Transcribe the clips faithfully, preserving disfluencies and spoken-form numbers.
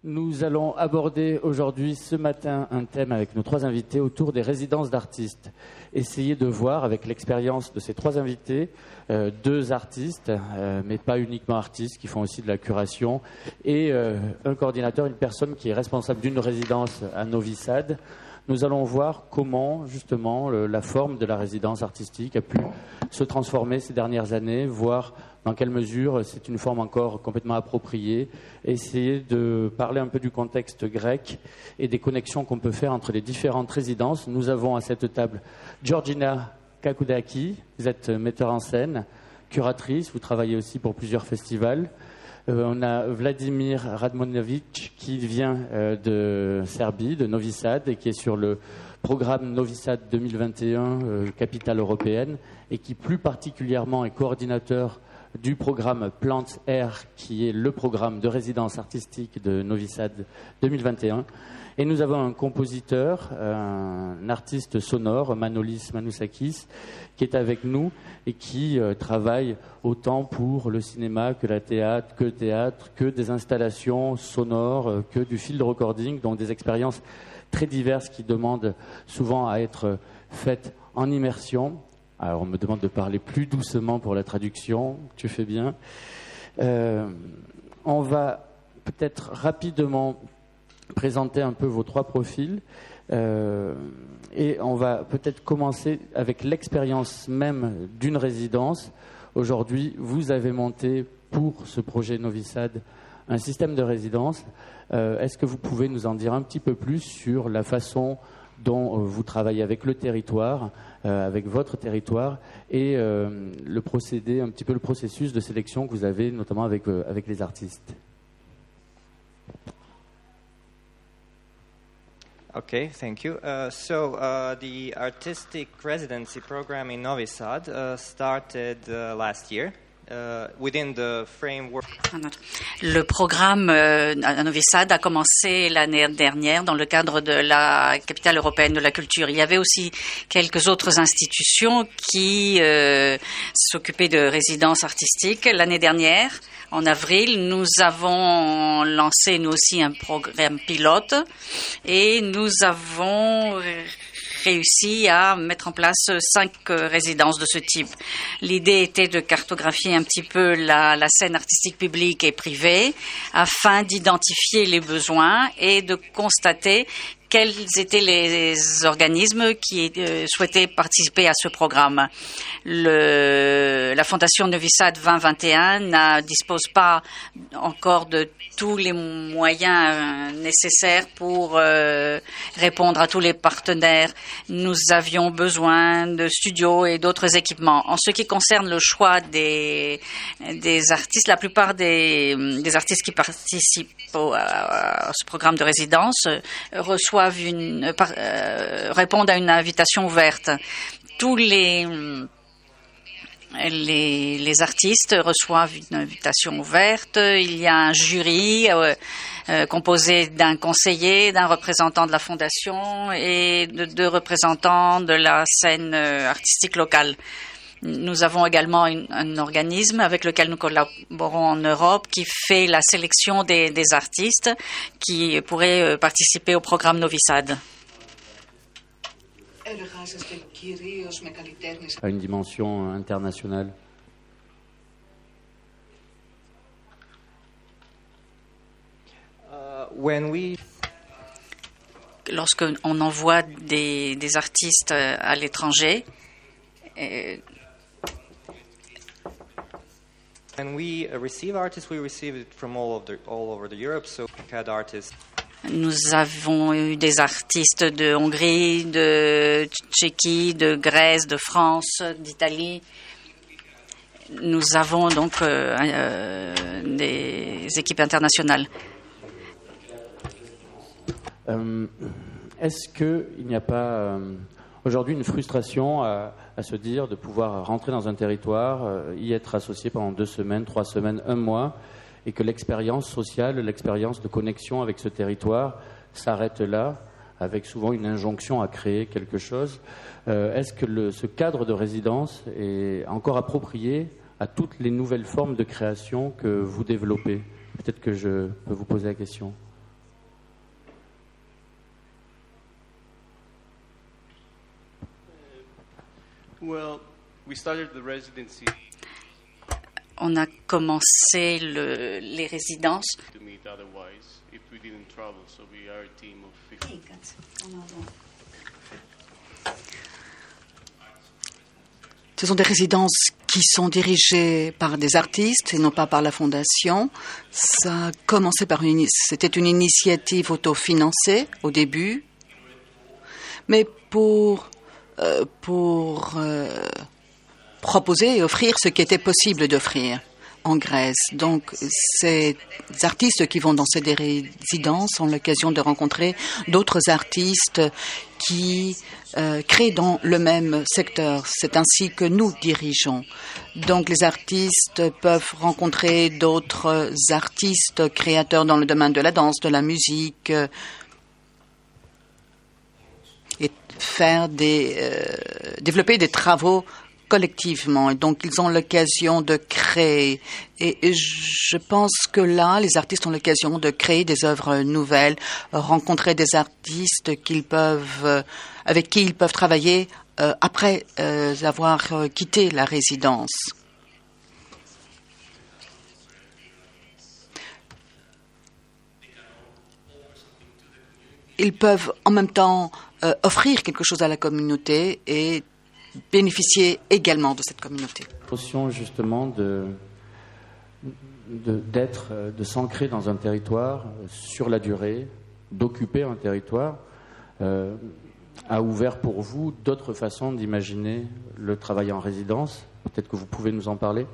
Nous allons aborder aujourd'hui, ce matin, un thème avec nos trois invités autour des résidences d'artistes. Essayer de voir, avec l'expérience de ces trois invités, euh, deux artistes, euh, mais pas uniquement artistes, qui font aussi de la curation, et euh, un coordinateur, une personne qui est responsable d'une résidence à Novi Sad. Nous allons voir comment, justement, le, la forme de la résidence artistique a pu se transformer ces dernières années, voir dans quelle mesure c'est une forme encore complètement appropriée, essayer de parler un peu du contexte grec et des connexions qu'on peut faire entre les différentes résidences. Nous avons à cette table Georgina Kakoudaki, vous êtes metteur en scène, curatrice, vous travaillez aussi pour plusieurs festivals. Euh, on a Vladimir Radmonovic qui vient euh, de Serbie, de Novi Sad, et qui est sur le programme Novi Sad deux mille vingt et un, euh, capitale européenne, et qui plus particulièrement est coordinateur du programme Plant Air, qui est le programme de résidence artistique de Novi Sad deux mille vingt et un. Et nous avons un compositeur, un artiste sonore, Manolis Manousakis, qui est avec nous et qui euh, travaille autant pour le cinéma que le théâtre, que le théâtre, que des installations sonores, euh, que du field recording, donc des expériences très diverses qui demandent souvent à être faites en immersion. Alors on me demande de parler plus doucement pour la traduction, tu fais bien. Euh, on va peut-être rapidement présenter un peu vos trois profils euh, et on va peut-être commencer avec l'expérience même d'une résidence. Aujourd'hui, vous avez monté pour ce projet Novi Sad un système de résidence. Euh, est-ce que vous pouvez nous en dire un petit peu plus sur la façon dont vous travaillez avec le territoire, euh, avec votre territoire, et euh, le procédé, un petit peu le processus de sélection que vous avez, notamment avec, euh, avec les artistes. Okay, thank you. Uh, so uh, the artistic residency program in Novi Sad uh, started uh, last year. Uh, within the framework. Le programme euh, à Novi Sad a commencé l'année dernière dans le cadre de la capitale européenne de la culture. Il y avait aussi quelques autres institutions qui euh, s'occupaient de résidences artistiques. L'année dernière, en avril, nous avons lancé nous aussi un programme pilote et nous avons réussi à mettre en place cinq résidences de ce type. L'idée était de cartographier un petit peu la, la scène artistique publique et privée afin d'identifier les besoins et de constater quels étaient les organismes qui euh, souhaitaient participer à ce programme. Le, la Fondation Novi Sad vingt vingt et un ne dispose pas encore de tous les moyens euh, nécessaires pour euh, répondre à tous les partenaires. Nous avions besoin de studios et d'autres équipements. En ce qui concerne le choix des, des artistes, la plupart des, des artistes qui participent au, à, à ce programme de résidence euh, reçoivent Une, par, euh, répondent à une invitation ouverte. Tous les, les, les artistes reçoivent une invitation ouverte. Il y a un jury euh, euh, composé d'un conseiller, d'un représentant de la fondation et de deux représentants de la scène euh, artistique locale. Nous avons également une, un organisme avec lequel nous collaborons en Europe qui fait la sélection des, des artistes qui pourraient participer au programme Novi Sad. À une dimension internationale. Uh, when we... Lorsque on envoie des, des artistes à l'étranger, euh, When we receive artists, we receive it from all, of the, all over the Europe. So we had artists. Nous avons eu des artistes de Hongrie, de Tchéquie, de Grèce, de France, d'Italie. Nous avons donc euh, euh, des équipes internationales. Euh, est-ce qu'il n'y a pas euh, aujourd'hui une frustration à, à se dire de pouvoir rentrer dans un territoire, euh, y être associé pendant deux semaines, trois semaines, un mois, et que l'expérience sociale, l'expérience de connexion avec ce territoire s'arrête là, avec souvent une injonction à créer quelque chose. Euh, est-ce que le, ce cadre de résidence est encore approprié à toutes les nouvelles formes de création que vous développez? Peut-être que je peux vous poser la question. Well, we started the residency On a commencé le, les résidences. to meet otherwise if we didn't travel, so we are a team of fifty. Ce sont des résidences qui sont dirigées par des artistes et non pas par la fondation. Ça a commencé par une, c'était une initiative autofinancée au début, mais pour euh, pour euh, proposer et offrir ce qui était possible d'offrir en Grèce. Donc, ces artistes qui vont dans ces résidences ont l'occasion de rencontrer d'autres artistes qui euh, créent dans le même secteur. C'est ainsi que nous dirigeons. Donc, les artistes peuvent rencontrer d'autres artistes créateurs dans le domaine de la danse, de la musique, euh, et faire des, euh, développer des travaux collectivement. Et donc, ils ont l'occasion de créer. Et, et je pense que là, les artistes ont l'occasion de créer des œuvres nouvelles, rencontrer des artistes qu'ils peuvent, avec qui ils peuvent travailler euh, après euh, avoir euh, quitté la résidence. Ils peuvent en même temps euh, offrir quelque chose à la communauté et bénéficier également de cette communauté. Notion justement de, de, d'être, de s'ancrer dans un territoire sur la durée, d'occuper un territoire, euh, a ouvert pour vous d'autres façons d'imaginer le travail en résidence. Peut-être que vous pouvez nous en parler.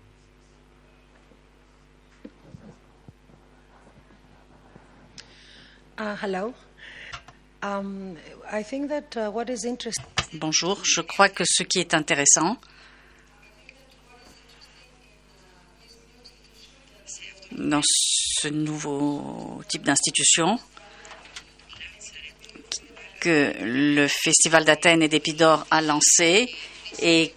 Uh, hello. Um, I think that uh, what is interesting. Bonjour, je crois que ce qui est intéressant dans ce nouveau type d'institution que le Festival d'Athènes et d'Épidore a lancé et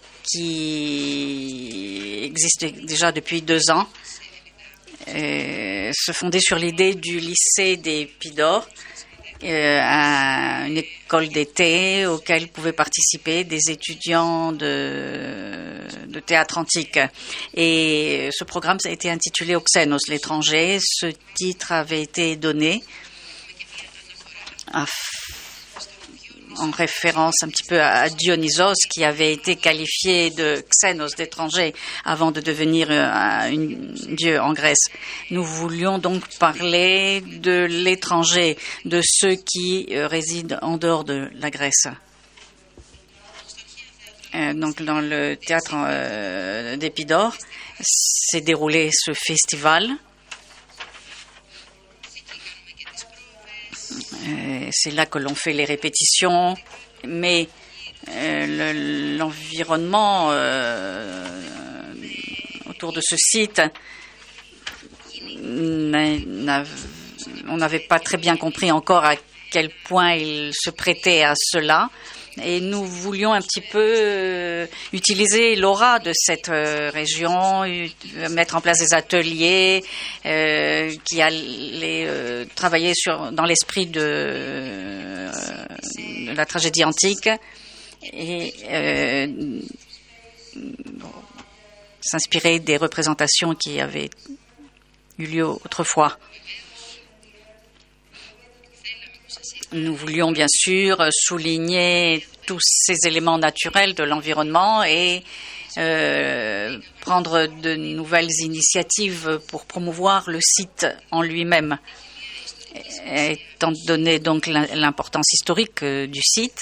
qui existe déjà depuis deux ans, euh, se fondait sur l'idée du lycée d'Épidore, Euh, à une école d'été auquel pouvaient participer des étudiants de, de théâtre antique. Et ce programme a été intitulé Oxenos, l'étranger. Ce titre avait été donné à, en référence un petit peu à Dionysos, qui avait été qualifié de Xénos, d'étranger, avant de devenir un, un dieu en Grèce. Nous voulions donc parler de l'étranger, de ceux qui euh, résident en dehors de la Grèce. Euh, donc, dans le théâtre euh, d'Épidore, s'est déroulé ce festival. Euh, c'est là que l'on fait les répétitions, mais euh, le, l'environnement euh, autour de ce site, on n'avait pas très bien compris encore à quel point il se prêtait à cela. Et nous voulions un petit peu euh, utiliser l'aura de cette euh, région, euh, mettre en place des ateliers euh, qui allaient euh, travailler sur, dans l'esprit de, euh, de la tragédie antique et euh, bon, s'inspirer des représentations qui avaient eu lieu autrefois. Nous voulions bien sûr souligner tous ces éléments naturels de l'environnement et euh, prendre de nouvelles initiatives pour promouvoir le site en lui-même. Étant donné donc l'importance historique du site,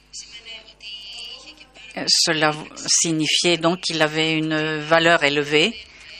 cela signifiait donc qu'il avait une valeur élevée.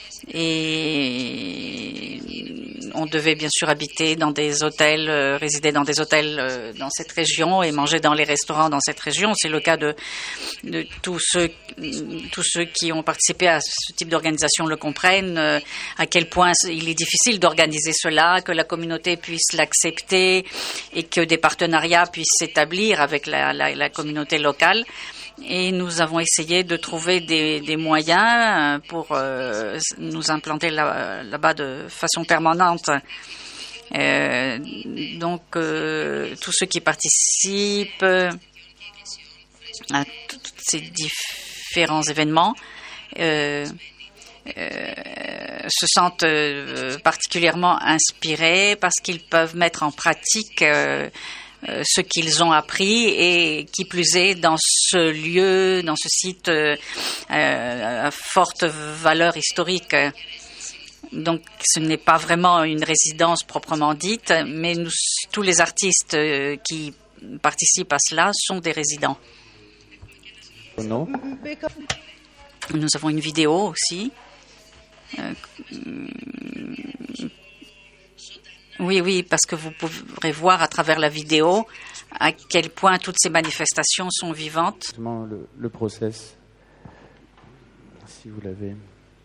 Et on devait bien sûr habiter dans des hôtels, euh, résider dans des hôtels euh, dans cette région et manger dans les restaurants dans cette région. C'est le cas de, de tous ceux, tous ceux qui ont participé à ce type d'organisation le comprennent, euh, à quel point il est difficile d'organiser cela, que la communauté puisse l'accepter et que des partenariats puissent s'établir avec la, la, la communauté locale. Et nous avons essayé de trouver des, des moyens pour euh, nous implanter là, là-bas de façon permanente. Euh, donc, euh, tous ceux qui participent à tous ces différents événements euh, euh, se sentent euh, particulièrement inspirés parce qu'ils peuvent mettre en pratique euh, euh, ce qu'ils ont appris et qui plus est dans ce lieu, dans ce site euh, euh, à forte valeur historique. Donc, ce n'est pas vraiment une résidence proprement dite, mais nous, tous les artistes euh, qui participent à cela sont des résidents. Non. Nous avons une vidéo aussi. Euh, oui, oui, parce que vous pourrez voir à travers la vidéo à quel point toutes ces manifestations sont vivantes. Le, le process, si vous l'avez.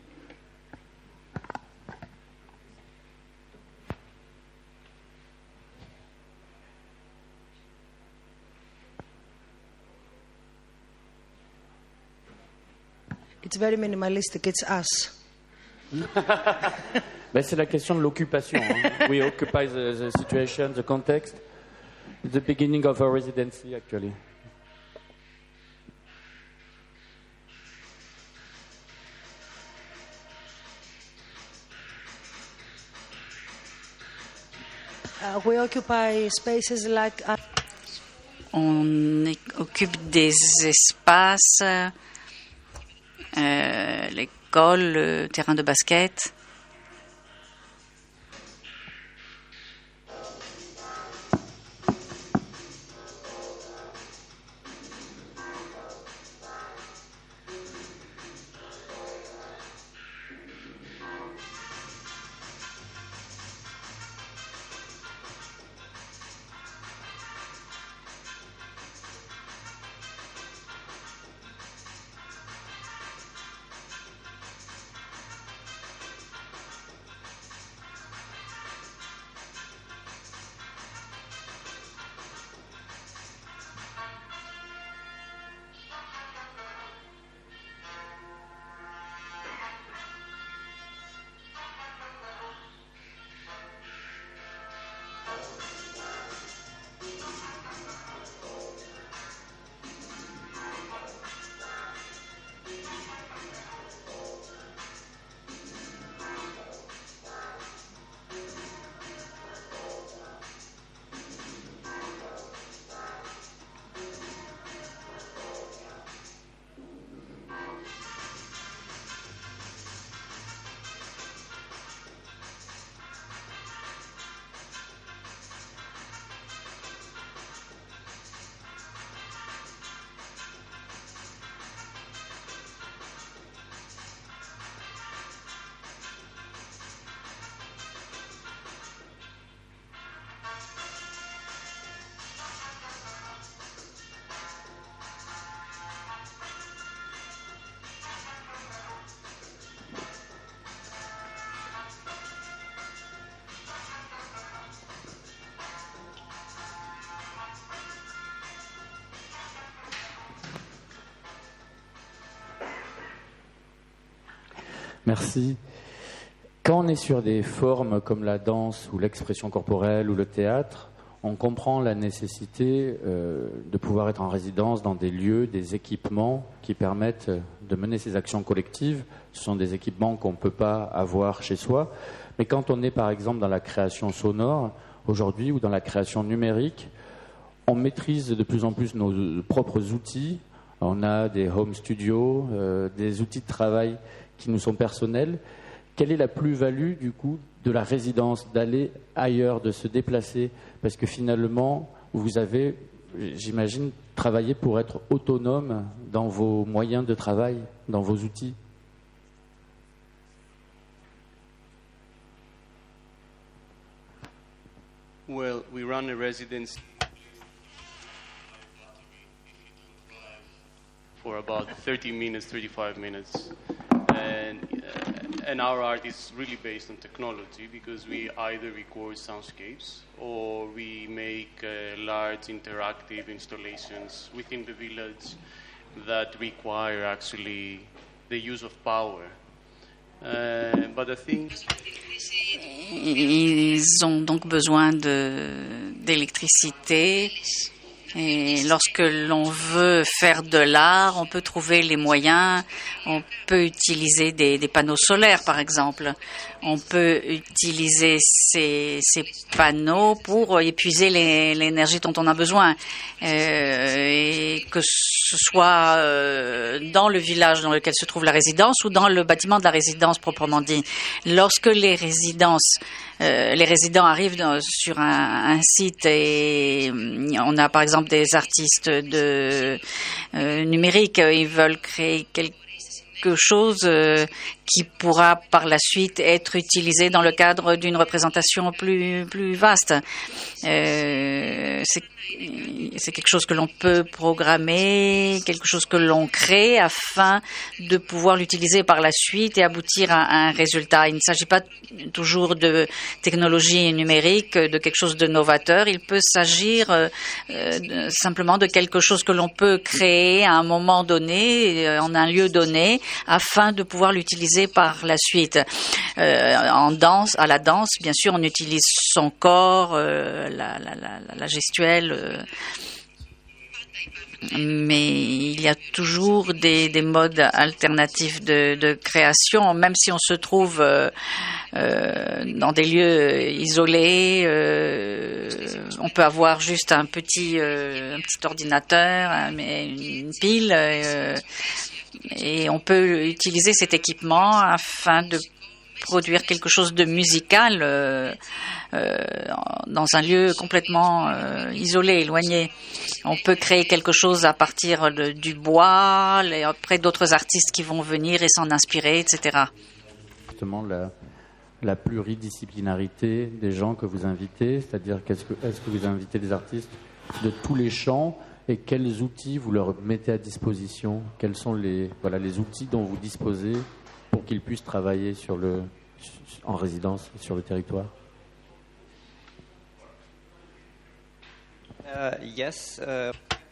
It's very minimalistic. It's us. Ben, c'est la question de l'occupation. Hein. We occupy the, the situation, the context. It's the beginning of our residency, actually. Uh, we occupy spaces like. Uh, On occupe des espaces. Euh, l'école, le terrain de basket. Merci. Quand on est sur des formes comme la danse ou l'expression corporelle ou le théâtre, on comprend la nécessité euh, de pouvoir être en résidence dans des lieux, des équipements qui permettent de mener ces actions collectives. Ce sont des équipements qu'on ne peut pas avoir chez soi. Mais quand on est par exemple dans la création sonore, aujourd'hui, ou dans la création numérique, on maîtrise de plus en plus nos propres outils. On a des home studios, euh, des outils de travail qui nous sont personnels. Quelle est la plus-value, du coup, de la résidence, d'aller ailleurs, de se déplacer? Parce que finalement, vous avez, j'imagine, travaillé pour être autonome dans vos moyens de travail, dans vos outils. Well, we run a residence for about thirty minutes, thirty-five minutes. And, uh, and our art is really based on technology because we either record soundscapes or we make uh, large interactive installations within the village that require actually the use of power. Uh, but I think Ils ont donc besoin de, d'électricité Et lorsque l'on veut faire de l'art, on peut trouver les moyens, on peut utiliser des, des panneaux solaires, par exemple. On peut utiliser ces, ces panneaux pour épuiser les, l'énergie dont on a besoin. Euh, et que ce soit euh, dans le village dans lequel se trouve la résidence ou dans le bâtiment de la résidence proprement dit. Lorsque les résidences Euh, les résidents arrivent dans, sur un, un site et on a par exemple des artistes de euh, numérique, ils veulent créer quelque chose euh, qui pourra par la suite être utilisé dans le cadre d'une représentation plus plus vaste. Euh, c'est c'est quelque chose que l'on peut programmer, quelque chose que l'on crée afin de pouvoir l'utiliser par la suite et aboutir à un résultat. Il ne s'agit pas toujours de technologie numérique, de quelque chose de novateur. Il peut s'agir euh, de, simplement de quelque chose que l'on peut créer à un moment donné, en un lieu donné, afin de pouvoir l'utiliser par la suite. Euh, en danse, à la danse, bien sûr, on utilise son corps, euh, la, la, la, la gestuelle, euh, mais il y a toujours des, des modes alternatifs de, de création, même si on se trouve euh, euh, dans des lieux isolés. Euh, on peut avoir juste un petit, euh, un petit ordinateur, un, une pile, euh, et on peut utiliser cet équipement afin de produire quelque chose de musical euh, euh, dans un lieu complètement euh, isolé, éloigné. On peut créer quelque chose à partir de, du bois, les, après d'autres artistes qui vont venir et s'en inspirer, et cetera. Justement, la, la pluridisciplinarité des gens que vous invitez, c'est-à-dire qu'est-ce que, est-ce que vous invitez des artistes de tous les champs et quels outils vous leur mettez à disposition? Quels sont les, voilà, les outils dont vous disposez pour qu'ils puissent travailler sur le, en résidence sur le territoire? Uh, yes. Uh...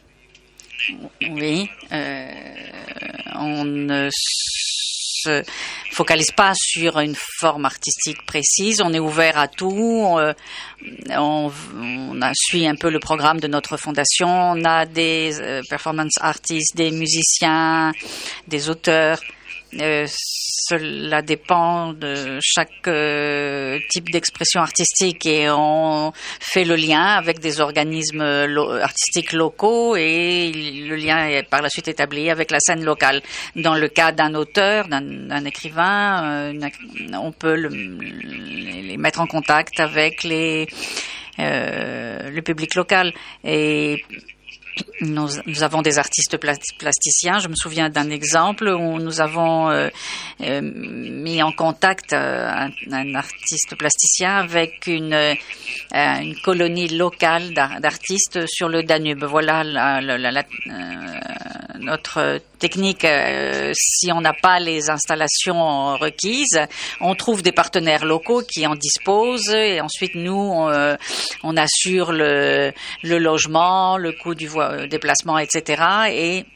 Oui. Euh, on ne se focalise pas sur une forme artistique précise. On est ouvert à tout. On, on, on a suit un peu le programme de notre fondation. On a des euh, performance artists, des musiciens, des auteurs. Euh, cela dépend de chaque euh, type d'expression artistique et on fait le lien avec des organismes lo- artistiques locaux et le lien est par la suite établi avec la scène locale. Dans le cas d'un auteur, d'un, d'un écrivain, euh, une, on peut le, les mettre en contact avec les, euh, le public local et Nous, nous avons des artistes plasticiens. Je me souviens d'un exemple où nous avons euh, euh, mis en contact euh, un, un artiste plasticien avec une, euh, une colonie locale d'ar- d'artistes sur le Danube. Voilà la, la, la, la, euh, notre technique. Euh, si on n'a pas les installations requises, on trouve des partenaires locaux qui en disposent et ensuite nous, on, euh, on assure le, le logement, le coût du voie déplacement, et cetera. Et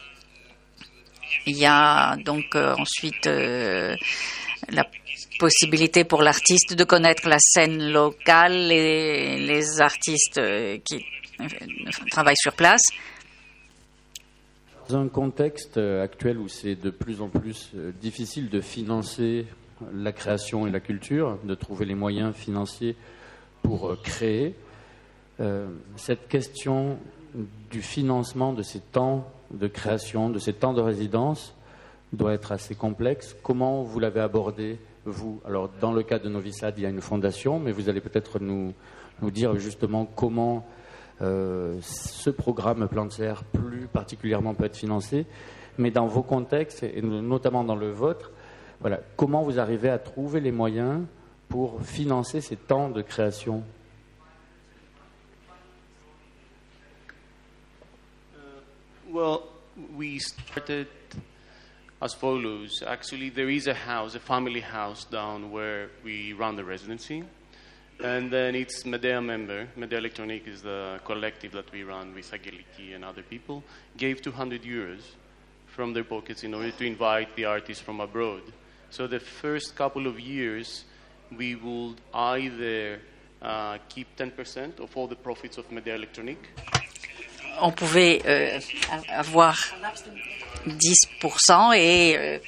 il y a donc euh, ensuite euh, la possibilité pour l'artiste de connaître la scène locale et les artistes euh, qui euh, travaillent sur place. Dans un contexte actuel où c'est de plus en plus difficile de financer la création et la culture, de trouver les moyens financiers pour créer, euh, cette question du financement de ces temps de création, de ces temps de résidence, doit être assez complexe. Comment vous l'avez abordé, vous? Alors, dans le cas de Novi Sad, il y a une fondation, mais vous allez peut-être nous, nous dire justement comment euh, ce programme Plan de Serre plus particulièrement peut être financé. Mais dans vos contextes, et notamment dans le vôtre, voilà, comment vous arrivez à trouver les moyens pour financer ces temps de création? Well, we started as follows. Actually, there is a house, a family house down where we run the residency. And then it's Medea member. Medea Electronic is the collective that we run with Agility and other people. Gave two hundred euros from their pockets in order to invite the artists from abroad. So the first couple of years, we would either uh, keep ten percent of all the profits of Medea Electronic. on pouvait euh, avoir dix pour cent et euh,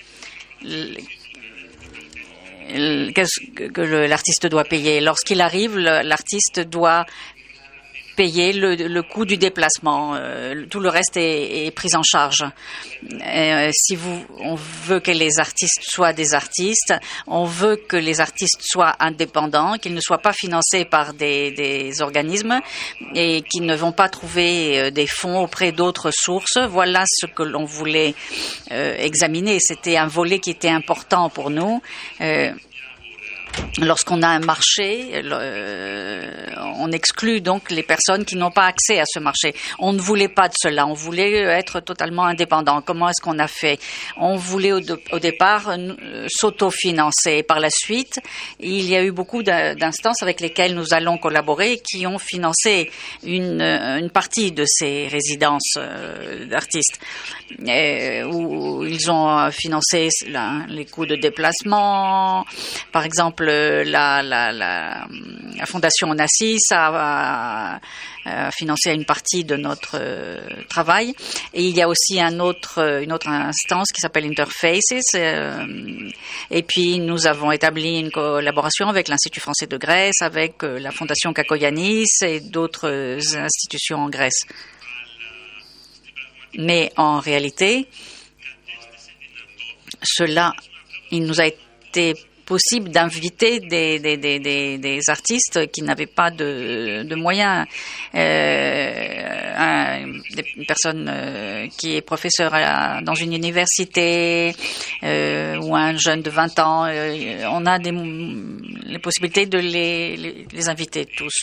que, que l'artiste doit payer. Lorsqu'il arrive, l'artiste doit payer le, le coût du déplacement. Euh, tout le reste est, est pris en charge. Euh, si vous, on veut que les artistes soient des artistes, on veut que les artistes soient indépendants, qu'ils ne soient pas financés par des, des organismes et qu'ils ne vont pas trouver des fonds auprès d'autres sources. Voilà ce que l'on voulait euh, examiner. C'était un volet qui était important pour nous. Euh, Lorsqu'on a un marché, euh, on exclut donc les personnes qui n'ont pas accès à ce marché. On ne voulait pas de cela. On voulait être totalement indépendant. Comment est-ce qu'on a fait? On voulait au, de, au départ euh, s'autofinancer. Par la suite, il y a eu beaucoup d'instances avec lesquelles nous allons collaborer qui ont financé une, une partie de ces résidences euh, d'artistes, et, où ils ont financé la, les coûts de déplacement, par exemple. La, la, la, la Fondation Onassis a, a, a financé une partie de notre euh, travail. Et il y a aussi un autre, une autre instance qui s'appelle Interfaces. Euh, et puis, nous avons établi une collaboration avec l'Institut français de Grèce, avec euh, la Fondation Kakoyanis et d'autres institutions en Grèce. Mais en réalité, cela, il nous a été possible d'inviter des, des, des, des, des artistes qui n'avaient pas de, de moyens. Euh, un, des, une personne euh, qui est professeur à, dans une université euh, ou un jeune de vingt ans, euh, on a des, les possibilités de les, les, les inviter tous.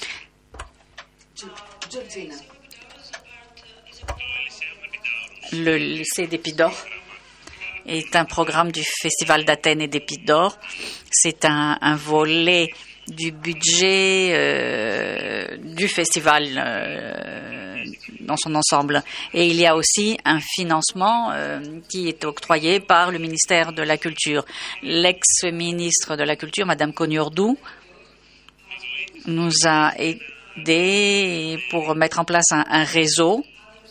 Le lycée d'Épidore est un programme du Festival d'Athènes et d'Épidore. C'est un, un volet du budget euh, du festival euh, dans son ensemble. Et il y a aussi un financement euh, qui est octroyé par le ministère de la Culture. L'ex-ministre de la Culture, Madame Kognordou, nous a aidés pour mettre en place un, un réseau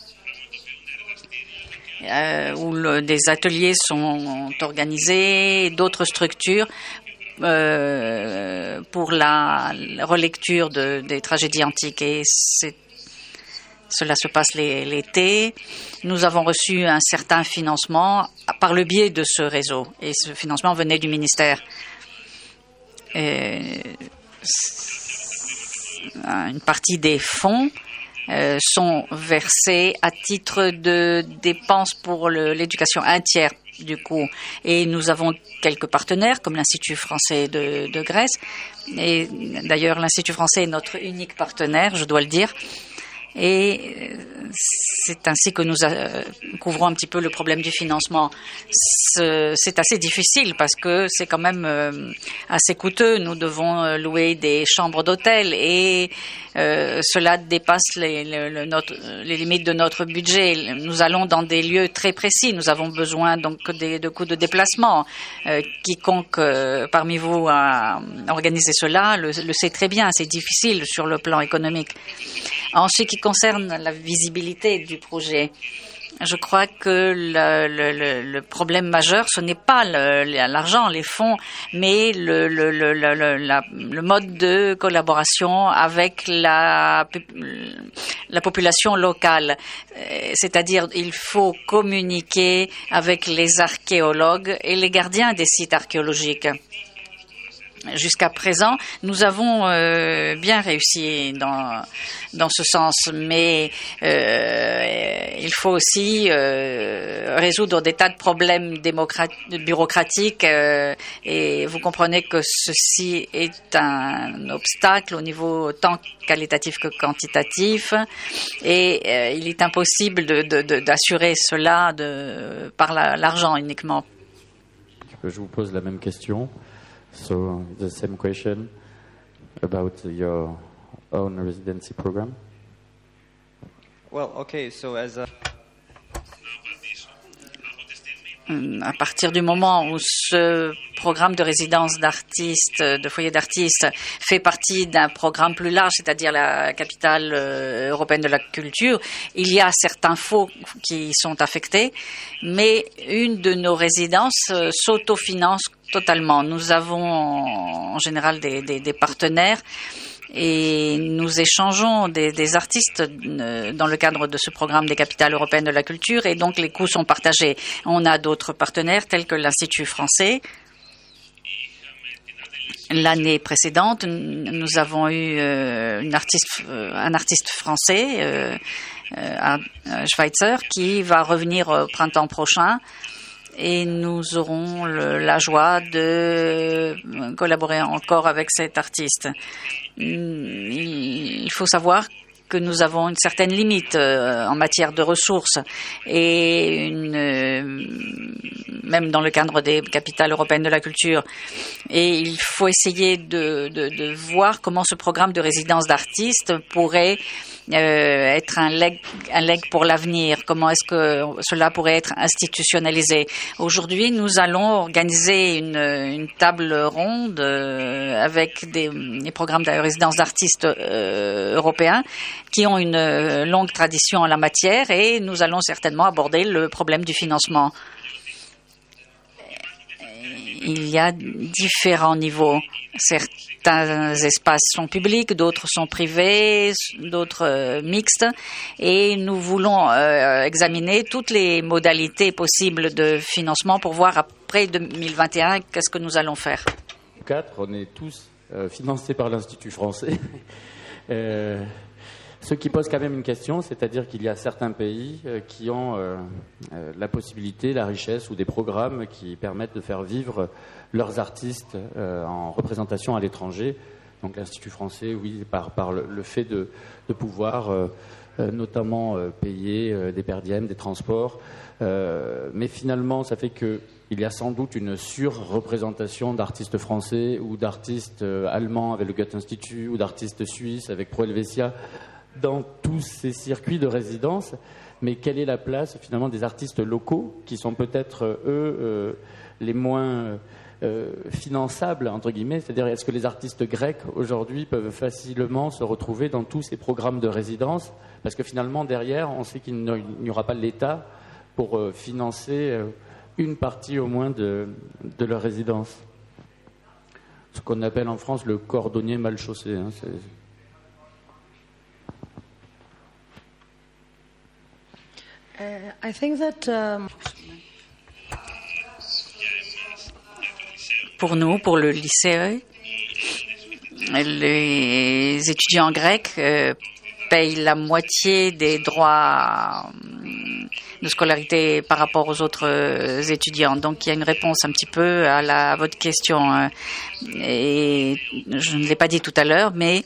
Euh, où le, des ateliers sont organisés, d'autres structures euh, pour la, la relecture de, des tragédies antiques. Et cela se passe l'été. Nous avons reçu un certain financement par le biais de ce réseau. Et ce financement venait du ministère. Et une partie des fonds Euh, sont versés à titre de dépenses pour l'éducation, un tiers du coup. Et nous avons quelques partenaires comme l'Institut français de, de Grèce. Et d'ailleurs, l'Institut français est notre unique partenaire, je dois le dire. Et c'est ainsi que nous euh, couvrons un petit peu le problème du financement. C'est assez difficile parce que c'est quand même euh, assez coûteux. Nous devons euh, louer des chambres d'hôtel et euh, cela dépasse les, les, le, notre, les limites de notre budget. Nous allons dans des lieux très précis. Nous avons besoin donc des, de coûts de déplacement. Euh, quiconque euh, parmi vous a organisé cela le, le sait très bien. C'est difficile sur le plan économique. En ce qui concerne la visibilité du projet, je crois que le, le, le problème majeur, ce n'est pas l'argent, les fonds, mais le, le, le, le, la, le mode de collaboration avec la, la population locale. C'est-à-dire, il faut communiquer avec les archéologues et les gardiens des sites archéologiques. Jusqu'à présent, nous avons euh, bien réussi dans, dans ce sens, mais euh, il faut aussi euh, résoudre des tas de problèmes bureaucratiques euh, et vous comprenez que ceci est un obstacle au niveau tant qualitatif que quantitatif et euh, il est impossible d'assurer cela de, par l'argent la, uniquement. Je vous pose la même question. So the same question about your own residency program. Well, okay, so as a... à partir du moment où ce programme de résidence d'artistes, de foyer d'artistes, fait partie d'un programme plus large, c'est-à-dire la capitale européenne de la culture, il y a certains fonds qui sont affectés, mais une de nos résidences s'autofinance totalement. Nous avons en général des, des, des partenaires et nous échangeons des, des artistes dans le cadre de ce programme des capitales européennes de la culture, et donc les coûts sont partagés. On a d'autres partenaires tels que l'Institut français. L'année précédente, nous avons eu euh, une artiste, euh, un artiste français, euh, euh, Schweitzer, qui va revenir au printemps prochain. Et nous aurons le, la joie de collaborer encore avec cet artiste. Il faut savoir que nous avons une certaine limite euh, en matière de ressources, et une, euh, même dans le cadre des capitales européennes de la culture. Et il faut essayer de, de, de voir comment ce programme de résidence d'artistes pourrait Euh, être un leg, un leg pour l'avenir. Comment est-ce que cela pourrait être institutionnalisé? Aujourd'hui, nous allons organiser une, une table ronde euh, avec des, des programmes de résidence d'artistes euh, européens qui ont une euh, longue tradition en la matière, et nous allons certainement aborder le problème du financement. Il y a différents niveaux. Certains espaces sont publics, d'autres sont privés, d'autres euh, mixtes, et nous voulons euh, examiner toutes les modalités possibles de financement pour voir après deux mille vingt et un qu'est-ce que nous allons faire. Quatre, on est tous euh, financés par l'Institut français. euh, Ce qui pose quand même une question, c'est-à-dire qu'il y a certains pays euh, qui ont euh, euh, la possibilité, la richesse ou des programmes qui permettent de faire vivre leurs artistes euh, en représentation à l'étranger. Donc l'Institut français, oui, par, par le, le fait de, de pouvoir euh, euh, notamment euh, payer euh, des per diem, des transports. Euh, mais finalement, ça fait qu'il y a sans doute une surreprésentation d'artistes français ou d'artistes euh, allemands avec le Goethe-Institut ou d'artistes suisses avec Pro Helvetia dans tous ces circuits de résidence. Mais quelle est la place finalement des artistes locaux qui sont peut-être eux euh, les moins euh, finançables entre guillemets, c'est-à-dire est-ce que les artistes grecs aujourd'hui peuvent facilement se retrouver dans tous ces programmes de résidence, parce que finalement derrière on sait qu'il n'y aura pas l'État pour euh, financer euh, une partie au moins de, de leur résidence, ce qu'on appelle en France le cordonnier mal chaussé, hein, c'est... Uh, I think that, um... Pour nous, pour le lycée, les étudiants grecs euh, payent la moitié des droits de scolarité par rapport aux autres étudiants. Donc il y a une réponse un petit peu à, la, à votre question. Et je ne l'ai pas dit tout à l'heure, mais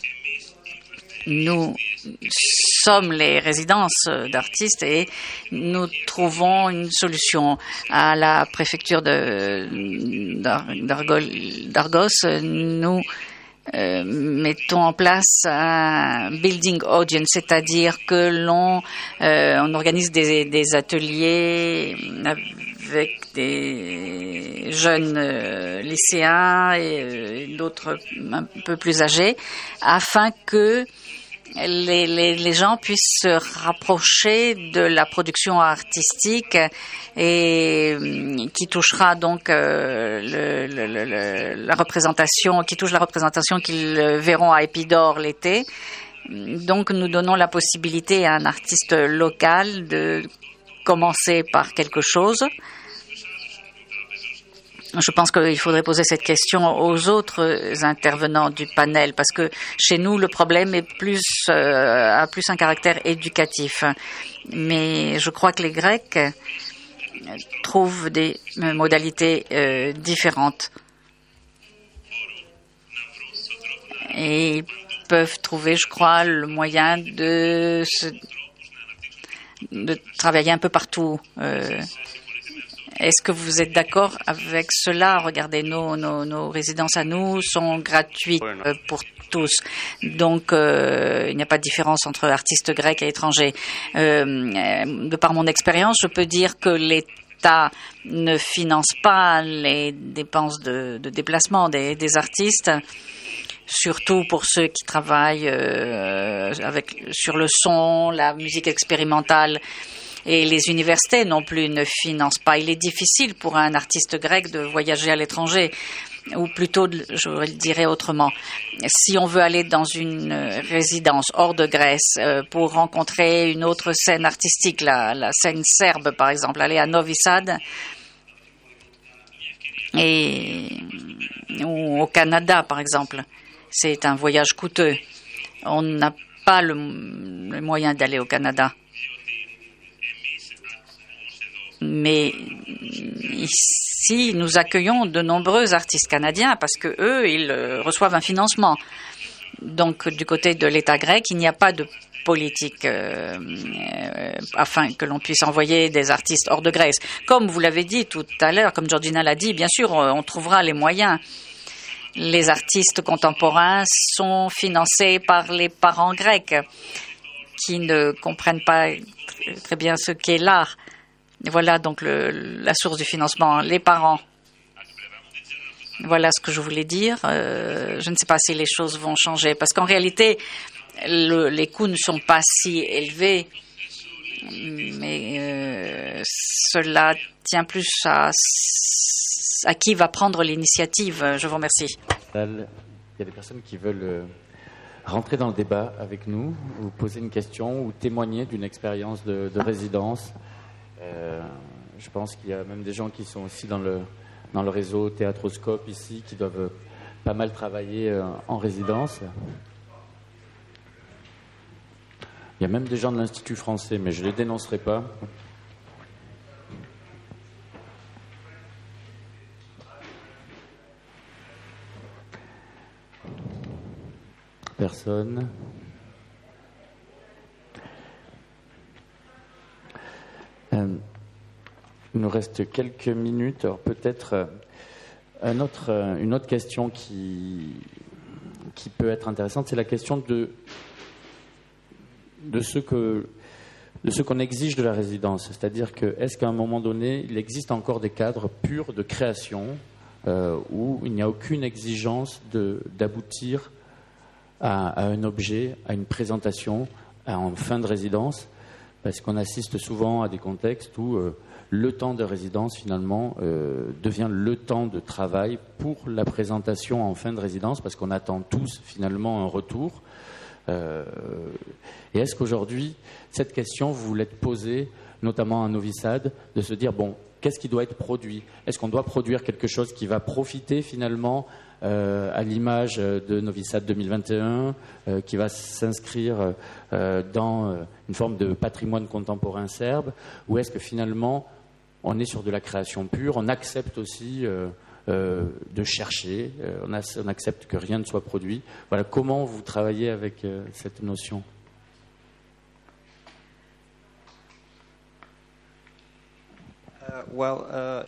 nous sommes les résidences d'artistes et nous trouvons une solution. À la préfecture de, d'Argos, nous euh, mettons en place un building audience, c'est-à-dire que l'on euh, on organise des, des ateliers avec des jeunes euh, lycéens et euh, d'autres un peu plus âgés, afin que Les, les, les gens puissent se rapprocher de la production artistique et qui touchera donc euh, le, le, le, la représentation, qui touche la représentation qu'ils verront à Épidore l'été. Donc nous donnons la possibilité à un artiste local de commencer par quelque chose. Je pense qu'il faudrait poser cette question aux autres intervenants du panel, parce que chez nous, le problème est plus, euh, a plus un caractère éducatif. Mais je crois que les Grecs trouvent des modalités euh, différentes. Et ils peuvent trouver, je crois, le moyen de, se, de travailler un peu partout. Euh, Est-ce que vous êtes d'accord avec cela? Regardez, nos, nos, nos résidences à nous sont gratuites euh, pour tous. Donc, euh, il n'y a pas de différence entre artistes grecs et étrangers. Euh, de par mon expérience, je peux dire que l'État ne finance pas les dépenses de, de déplacement des, des artistes, surtout pour ceux qui travaillent euh, avec, sur le son, la musique expérimentale. Et les universités non plus ne financent pas. Il est difficile pour un artiste grec de voyager à l'étranger, ou plutôt, je le dirais autrement, si on veut aller dans une résidence hors de Grèce euh, pour rencontrer une autre scène artistique, la, la scène serbe par exemple, aller à Novi Sad et, ou au Canada par exemple, c'est un voyage coûteux. On n'a pas le, le moyen d'aller au Canada. Mais ici, nous accueillons de nombreux artistes canadiens parce que eux, ils reçoivent un financement. Donc, du côté de l'État grec, il n'y a pas de politique euh, euh, afin que l'on puisse envoyer des artistes hors de Grèce. Comme vous l'avez dit tout à l'heure, comme Georgina l'a dit, bien sûr, on trouvera les moyens. Les artistes contemporains sont financés par les parents grecs qui ne comprennent pas très bien ce qu'est l'art. Voilà donc le, la source du financement, les parents. Voilà ce que je voulais dire. Euh, je ne sais pas si les choses vont changer parce qu'en réalité, le, les coûts ne sont pas si élevés, mais euh, cela tient plus à, à qui va prendre l'initiative. Je vous remercie. Il y a des personnes qui veulent rentrer dans le débat avec nous, vous poser une question ou témoigner d'une expérience de, de résidence. Euh, je pense qu'il y a même des gens qui sont aussi dans le, dans le réseau Théâtroscope ici, qui doivent pas mal travailler euh, en résidence. Il y a même des gens de l'Institut français, mais je ne les dénoncerai pas. Personne. Euh, il nous reste quelques minutes. Alors peut-être euh, un autre, euh, une autre question qui, qui peut être intéressante, c'est la question de, de ce que, de ce qu'on exige de la résidence. C'est-à-dire que est-ce qu'à un moment donné, il existe encore des cadres purs de création euh, où il n'y a aucune exigence de, d'aboutir à, à un objet, à une présentation à, en fin de résidence? Parce qu'on assiste souvent à des contextes où euh, le temps de résidence, finalement, euh, devient le temps de travail pour la présentation en fin de résidence, parce qu'on attend tous, finalement, un retour. Euh, et est-ce qu'aujourd'hui, cette question, vous vous l'êtes posée, notamment à Novi Sad, de se dire, bon, qu'est-ce qui doit être produit? Est-ce qu'on doit produire quelque chose qui va profiter, finalement, Euh, à l'image de Novi Sad deux mille vingt et un, euh, qui va s'inscrire euh, dans euh, une forme de patrimoine contemporain serbe, ou est-ce que finalement on est sur de la création pure, on accepte aussi euh, euh, de chercher, euh, on, a, on accepte que rien ne soit produit. Voilà, comment vous travaillez avec euh, cette notion? Uh, well, uh...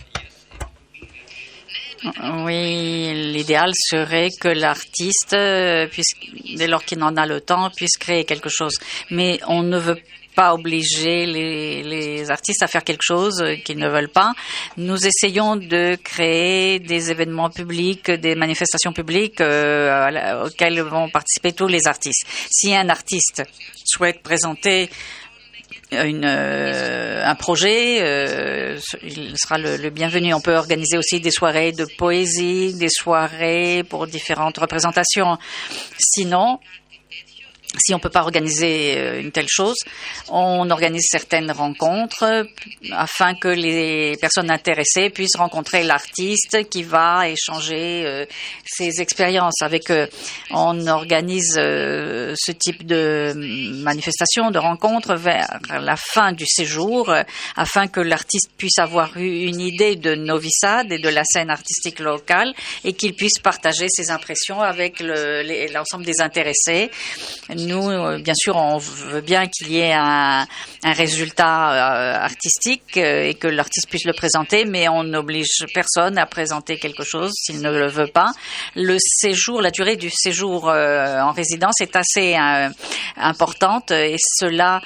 Oui, l'idéal serait que l'artiste, puisse, dès lors qu'il en a le temps, puisse créer quelque chose. Mais on ne veut pas obliger les, les artistes à faire quelque chose qu'ils ne veulent pas. Nous essayons de créer des événements publics, des manifestations publiques euh, auxquelles vont participer tous les artistes. Si un artiste souhaite présenter Une, euh, un projet, euh, il sera le, le bienvenu. On peut organiser aussi des soirées de poésie, des soirées pour différentes représentations. Sinon, si on ne peut pas organiser une telle chose, on organise certaines rencontres afin que les personnes intéressées puissent rencontrer l'artiste qui va échanger euh, ses expériences avec eux. On organise euh, ce type de manifestation, de rencontre vers la fin du séjour euh, afin que l'artiste puisse avoir eu une idée de Novi Sad et de la scène artistique locale et qu'il puisse partager ses impressions avec le, les, l'ensemble des intéressés. Nous, euh, bien sûr, on veut bien qu'il y ait un, un résultat euh, artistique euh, et que l'artiste puisse le présenter, mais on n'oblige personne à présenter quelque chose s'il ne le veut pas. Le séjour, la durée du séjour euh, en résidence est assez euh, importante et cela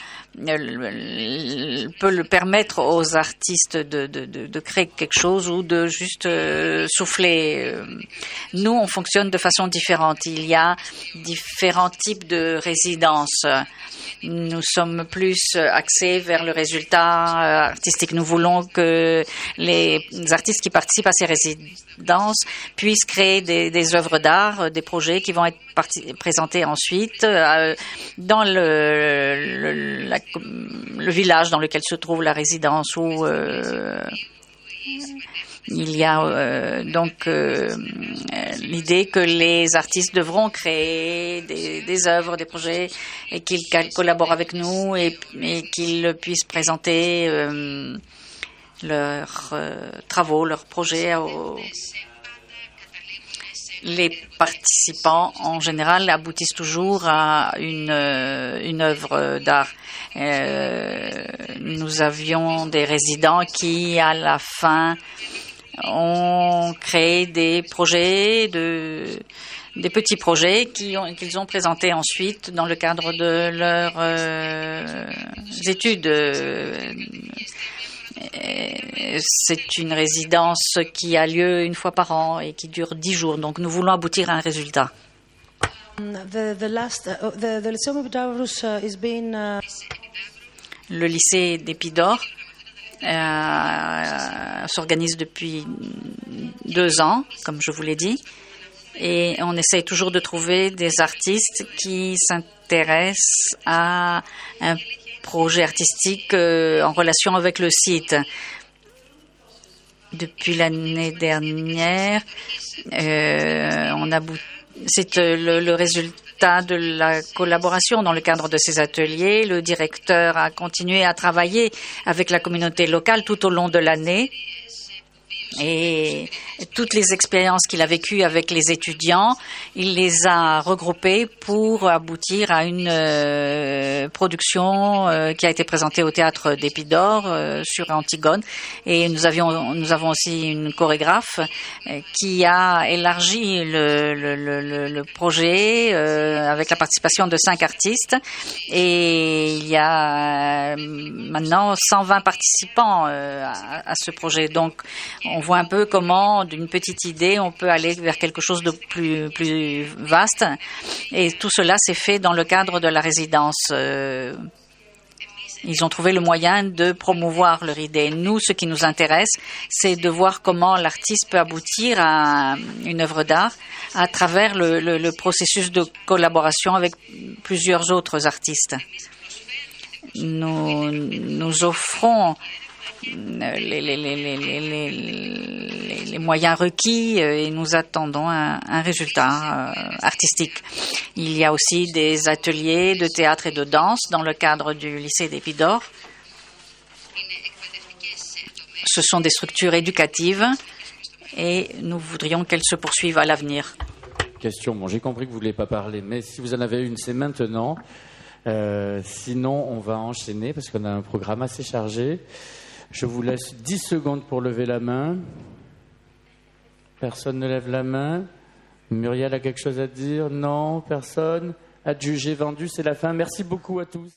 peut le permettre aux artistes de, de, de, de créer quelque chose ou de juste euh, souffler. Nous, on fonctionne de façon différente. Il y a différents types de résidences. Nous sommes plus axés vers le résultat artistique. Nous voulons que les artistes qui participent à ces résidences puissent créer des, des œuvres d'art, des projets qui vont être présentés ensuite euh, dans le, le, la, le village dans lequel se trouve la résidence où euh, il y a euh, donc euh, l'idée que les artistes devront créer des, des œuvres, des projets et qu'ils collaborent avec nous et, et qu'ils puissent présenter euh, leurs euh, travaux, leurs projets aux les participants, en général, aboutissent toujours à une, une œuvre d'art. Euh, nous avions des résidents qui, à la fin, ont créé des projets, de, des petits projets qu'ils ont, qu'ils ont présentés ensuite dans le cadre de leurs euh, études. C'est une résidence qui a lieu une fois par an et qui dure dix jours. Donc, nous voulons aboutir à un résultat. The, the last, uh, the, the Lyceum Epidaurus uh, is being, uh... Le lycée d'Épidore euh, s'organise depuis deux ans, comme je vous l'ai dit, et on essaye toujours de trouver des artistes qui s'intéressent à un projet artistique euh, en relation avec le site. Depuis l'année dernière, euh, on a c'est euh, le, le résultat de la collaboration dans le cadre de ces ateliers. Le directeur a continué à travailler avec la communauté locale tout au long de l'année. Et toutes les expériences qu'il a vécues avec les étudiants, il les a regroupées pour aboutir à une euh, production euh, qui a été présentée au théâtre d'Épidore euh, sur Antigone. Et nous avions, nous avons aussi une chorégraphe euh, qui a élargi le, le, le, le projet euh, avec la participation de cinq artistes. Et il y a euh, maintenant cent vingt participants euh, à, à ce projet. Donc, on voit un peu comment, d'une petite idée, on peut aller vers quelque chose de plus, plus vaste. Et tout cela s'est fait dans le cadre de la résidence. Euh, ils ont trouvé le moyen de promouvoir leur idée. Nous, ce qui nous intéresse, c'est de voir comment l'artiste peut aboutir à une œuvre d'art à travers le, le, le processus de collaboration avec plusieurs autres artistes. Nous, nous offrons Les, les, les, les, les, les, les moyens requis et nous attendons un, un résultat euh, artistique. Il y a aussi des ateliers de théâtre et de danse dans le cadre du lycée d'Épidore. Ce sont des structures éducatives et nous voudrions qu'elles se poursuivent à l'avenir. Question, bon, j'ai compris que vous ne voulez pas parler, mais si vous en avez une, c'est maintenant. Euh, sinon, on va enchaîner parce qu'on a un programme assez chargé. Je vous laisse dix secondes pour lever la main. Personne ne lève la main. Muriel a quelque chose à dire? Non, personne. Adjugé, vendu, c'est la fin. Merci beaucoup à tous.